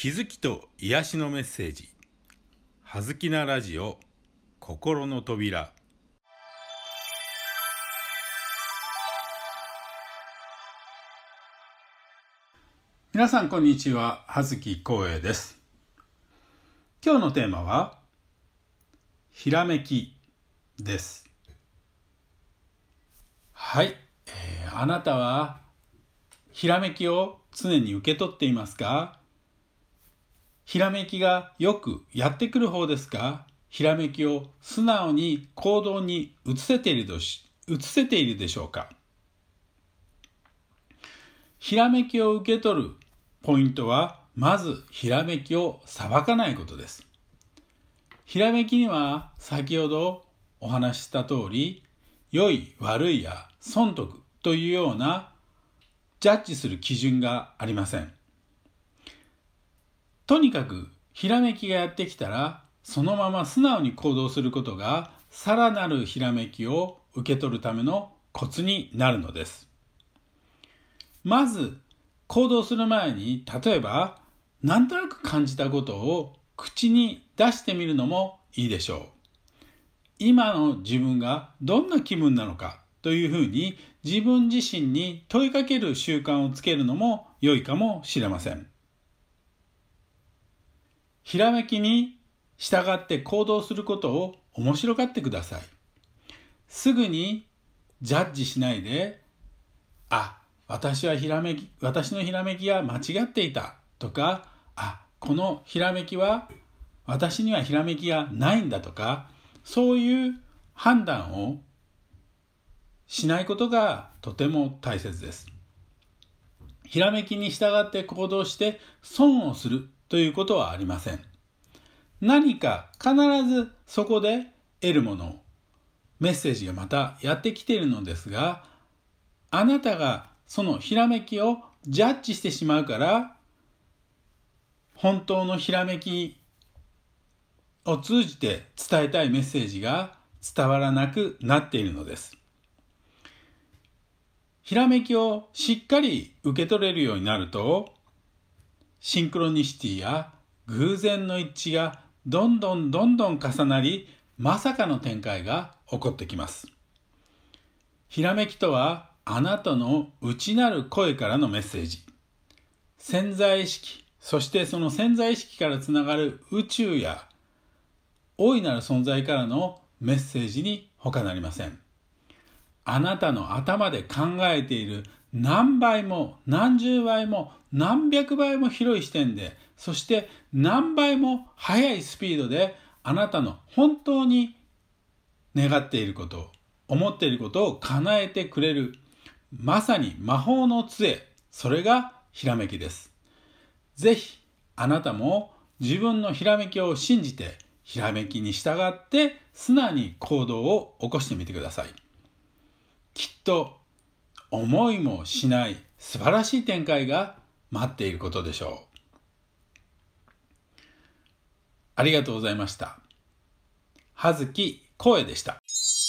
気づきと癒しのメッセージ、はずきなラジオ心の扉。皆さんこんにちは、はずきこうえいです。今日のテーマはひらめきです。はい、あなたはひらめきを常に受け取っていますか？ひらめきがよくやってくる方ですか？ひらめきを素直に行動に移せているでしょうか？ひらめきを受け取るポイントは、まずひらめきを裁かないことです。ひらめきには先ほどお話しした通り、良い悪いや損得というようなジャッジする基準がありません。とにかくひらめきがやってきたら、そのまま素直に行動することがさらなるひらめきを受け取るためのコツになるのです。まず行動する前に、例えばなんとなく感じたことを口に出してみるのもいいでしょう。今の自分がどんな気分なのかというふうに自分自身に問いかける習慣をつけるのも良いかもしれません。ひらめきに従って行動することを面白がってください。すぐにジャッジしないで、私のひらめきが間違っていたとか、このひらめきは私にはひらめきがないんだとか、そういう判断をしないことがとても大切です。ひらめきに従って行動して損をするということはありません。何か必ずそこで得るもの、メッセージがまたやってきているのですが、あなたがそのひらめきをジャッジしてしまうから、本当のひらめきを通じて伝えたいメッセージが伝わらなくなっているのです。ひらめきをしっかり受け取れるようになると、シンクロニシティや偶然の一致がどんどん重なり、まさかの展開が起こってきます。ひらめきとは、あなたの内なる声からのメッセージ、潜在意識、そしてその潜在意識からつながる宇宙や大いなる存在からのメッセージに他なりません。あなたの頭で考えている何倍も何十倍も何百倍も広い視点で、そして何倍も速いスピードで、あなたの本当に願っていること、思っていることを叶えてくれる、まさに魔法の杖、それがひらめきです。ぜひあなたも自分のひらめきを信じて、ひらめきに従って素直に行動を起こしてみてください。きっと思いもしない素晴らしい展開が待っていることでしょう。ありがとうございました。葉月光栄でした。